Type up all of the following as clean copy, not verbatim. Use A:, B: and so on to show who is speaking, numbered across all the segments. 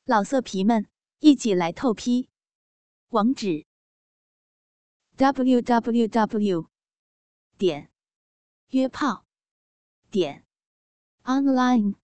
A: 老色皮们，一起来透批！网址 www.约炮online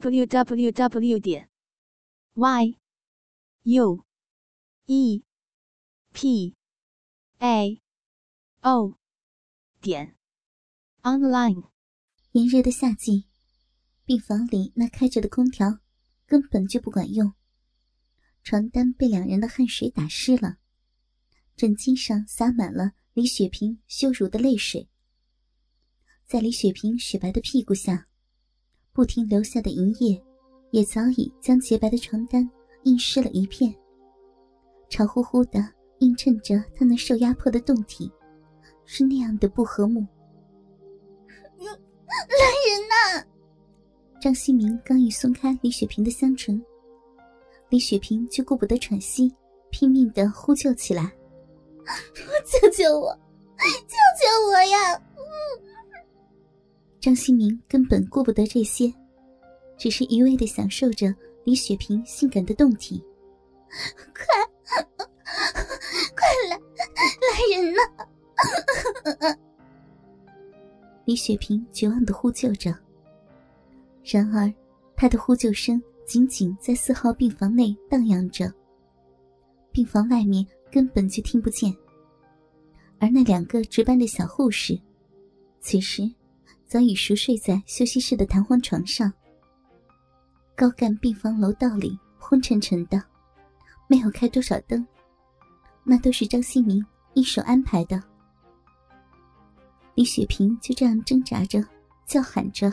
A: www.yuepao.online。
B: 炎热的夏季，病房里那开着的空调根本就不管用，床单被两人的汗水打湿了，枕巾上洒满了李雪萍羞辱的泪水。在李雪萍雪白的屁股下，不停流下的银液也早已将洁白的床单印湿了一片，潮乎乎的映衬着她那受压迫的胴体，是那样的不和睦。
C: 来人呐！
B: 张希明刚一松开李雪萍的香唇，李雪萍就顾不得喘息，拼命地呼救起来：
C: 救救我，救救我呀！
B: 张希明根本顾不得这些，只是一味地享受着李雪萍性感的胴体。
C: 快来人呐！
B: 李雪萍绝望地呼救着，然而她的呼救声仅仅在4号病房内荡漾着，病房外面根本就听不见。而那2个值班的小护士此时早已熟睡在休息室的弹簧床上。高干病房楼道里昏沉沉的，没有开多少灯，那都是张希明一手安排的。李雪萍就这样挣扎着叫喊着，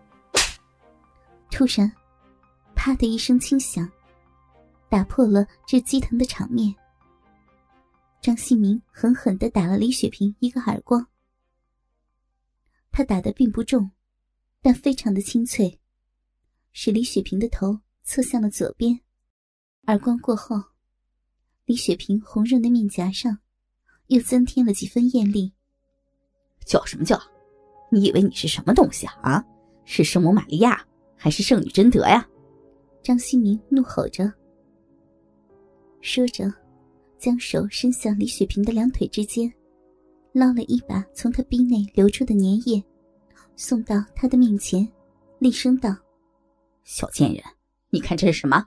B: 突然啪的一声轻响，打破了这激疼的场面。张希明狠狠地打了李雪萍一个耳光，他打得并不重，但非常的清脆，使李雪萍的头侧向了左边。耳光过后，李雪萍红润的面颊上又增添了几分艳丽。
D: 叫什么叫？你以为你是什么东西啊？是圣母玛利亚还是圣女贞德呀？
B: 张希明怒吼着，说着将手伸向李雪萍的2腿之间，捞了一把从她逼内流出的粘液，送到她的面前，厉声道：
D: 小贱人，你看这是什么？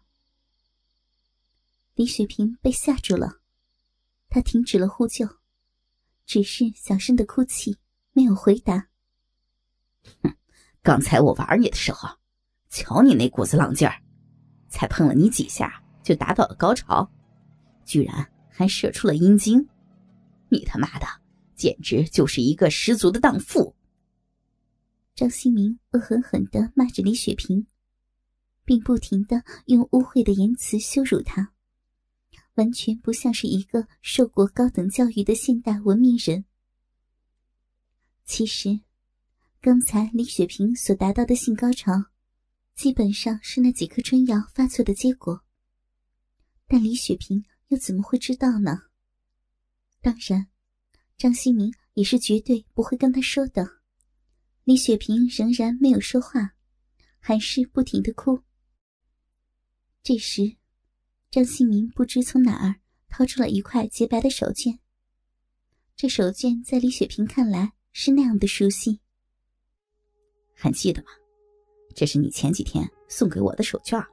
B: 李雪萍被吓住了，她停止了呼救，只是小声的哭泣，没有回答。
D: 刚才我玩你的时候，瞧你那股子浪劲儿，才碰了你几下就达到了高潮，居然还射出了阴茎，你他妈的简直就是一个十足的荡妇。
B: 张希明恶狠狠地骂着李雪萍，并不停地用污秽的言辞羞辱她，完全不像是一个受过高等教育的现代文明人。其实刚才李雪萍所达到的性高潮基本上是那几颗春药发作的结果，但李雪萍又怎么会知道呢？当然张希明也是绝对不会跟他说的。李雪萍仍然没有说话，还是不停地哭。这时张希明不知从哪儿掏出了一块洁白的手绢，这手绢在李雪萍看来是那样的熟悉。
D: 还记得吗？这是你前几天送给我的手绢。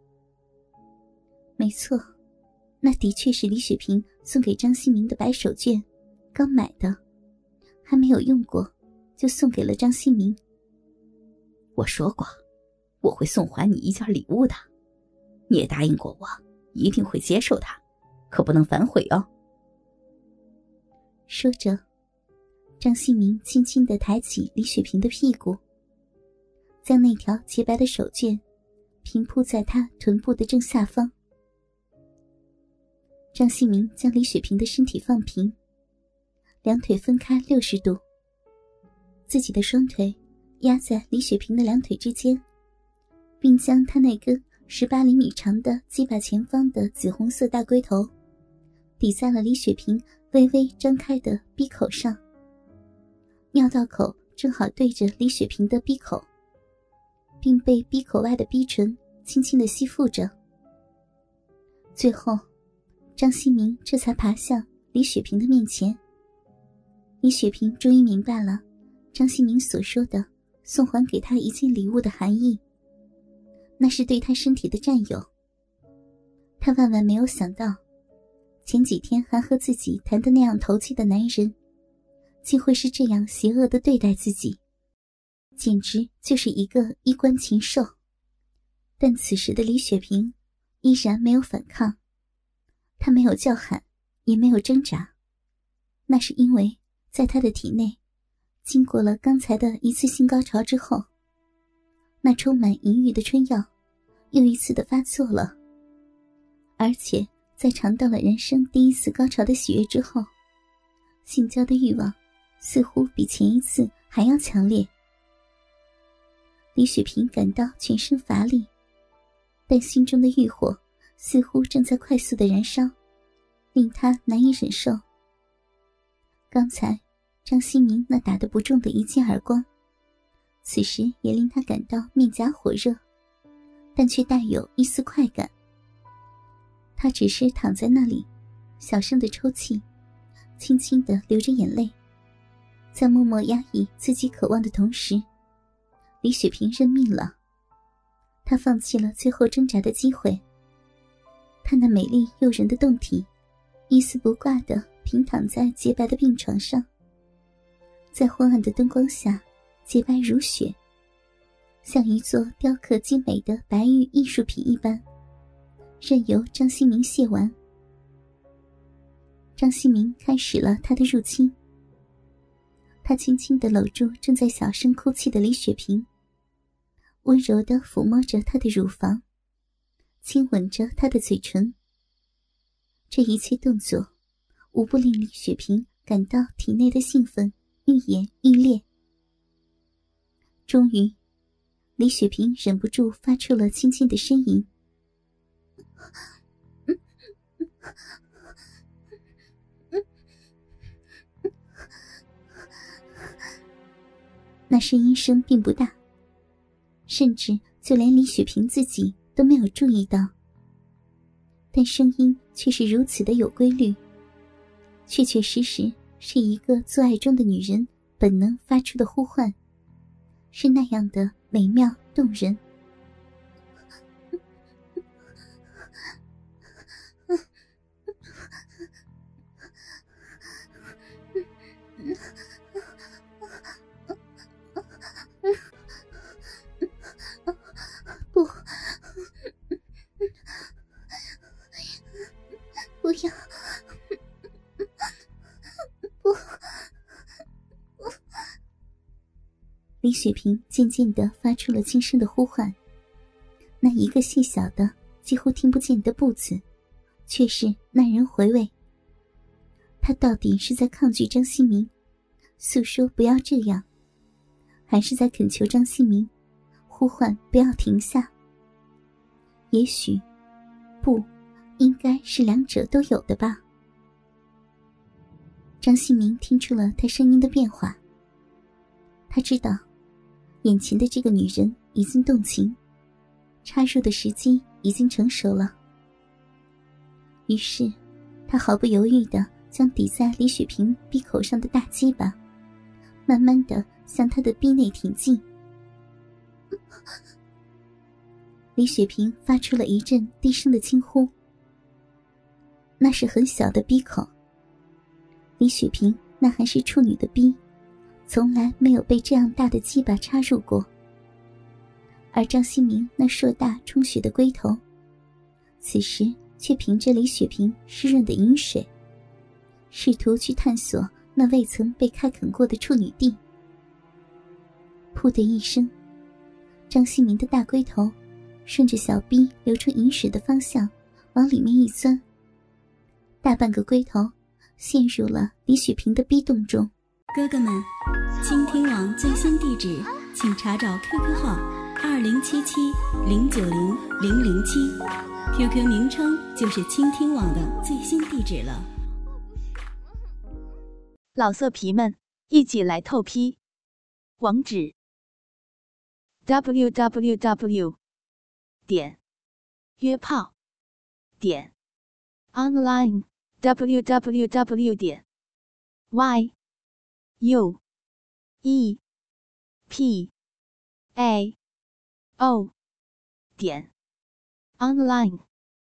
B: 没错，那的确是李雪萍送给张希明的白手绢，刚买的，还没有用过，就送给了张希明。
D: 我说过，我会送还你一件礼物的，你也答应过我，一定会接受它，可不能反悔哦。
B: 说着，张希明轻轻地抬起李雪萍的屁股，将那条洁白的手绢平铺在她臀部的正下方。张希明将李雪萍的身体放平，2腿分开60度，自己的双腿压在李雪萍的2腿之间，并将她那根18厘米长的鸡巴前方的紫红色大龟头抵在了李雪萍微微张开的闭口上，尿道口正好对着李雪萍的闭口，并被闭口外的逼唇轻轻地吸附着。 最后，张新明这才爬向李雪萍的面前。李雪萍终于明白了张新明所说的送还给他一件礼物的含义，那是对他身体的占有。他万万没有想到，前几天还和自己谈得那样投机的男人，竟会是这样邪恶地对待自己，简直就是一个衣冠禽兽。但此时的李雪萍依然没有反抗，她没有叫喊，也没有挣扎，那是因为在她的体内，经过了刚才的一次性高潮之后，那充满淫欲的春药又一次的发作了。而且在尝到了人生第一次高潮的喜悦之后，性交的欲望似乎比前一次还要强烈。李雪萍感到全身乏力，但心中的欲火似乎正在快速的燃烧，令她难以忍受。刚才张新明那打得不中的一记耳光，此时也令她感到面颊火热，但却带有一丝快感。她只是躺在那里，小声的抽泣，轻轻地流着眼泪，在默默压抑自己渴望的同时，李雪萍认命了。她放弃了最后挣扎的机会。她那美丽诱人的胴体一丝不挂地平躺在洁白的病床上，在昏暗的灯光下洁白如雪，像一座雕刻精美的白玉艺术品一般，任由张新明亵玩。张新明开始了他的入侵。他轻轻地搂住正在小声哭泣的李雪萍，温柔地抚摸着她的乳房，亲吻着她的嘴唇。这一切动作无不令李雪萍感到体内的兴奋愈演愈烈。终于，李雪萍忍不住发出了轻轻的呻吟。那呻吟声并不大，甚至就连李雪萍自己都没有注意到，但声音却是如此的有规律，确确实实是一个做爱中的女人本能发出的呼唤，是那样的美妙动人。不要，不！李雪萍渐渐地发出了轻声的呼唤，那一个细小的几乎听不见的不字，却是耐人回味。她到底是在抗拒张新明，诉说不要这样，还是在恳求张新明呼唤不要停下？也许不应该是两者都有的吧。张新明听出了他声音的变化，他知道眼前的这个女人已经动情，插入的时机已经成熟了。于是他毫不犹豫地将抵在李雪萍鼻口上的大鸡巴慢慢地向她的逼内挺进。李雪萍发出了一阵低声的轻呼，那是很小的逼口。李雪萍那还是处女的逼，从来没有被这样大的鸡巴插入过。而张新明那硕大充血的龟头，此时却凭着李雪萍湿润的饮水，试图去探索那未曾被开垦过的处女地。噗的一声，张新明的大龟头顺着小逼流出饮水的方向往里面一钻，大半个龟头陷入了李雪萍的逼洞中。
A: 哥哥们，倾听网最新地址请查找 QQ 号2077090007， QQ 名称就是倾听网的最新地址了。老色皮们，一起来透批！网址 www.约炮
E: online www 点 y u e p a o 点 online。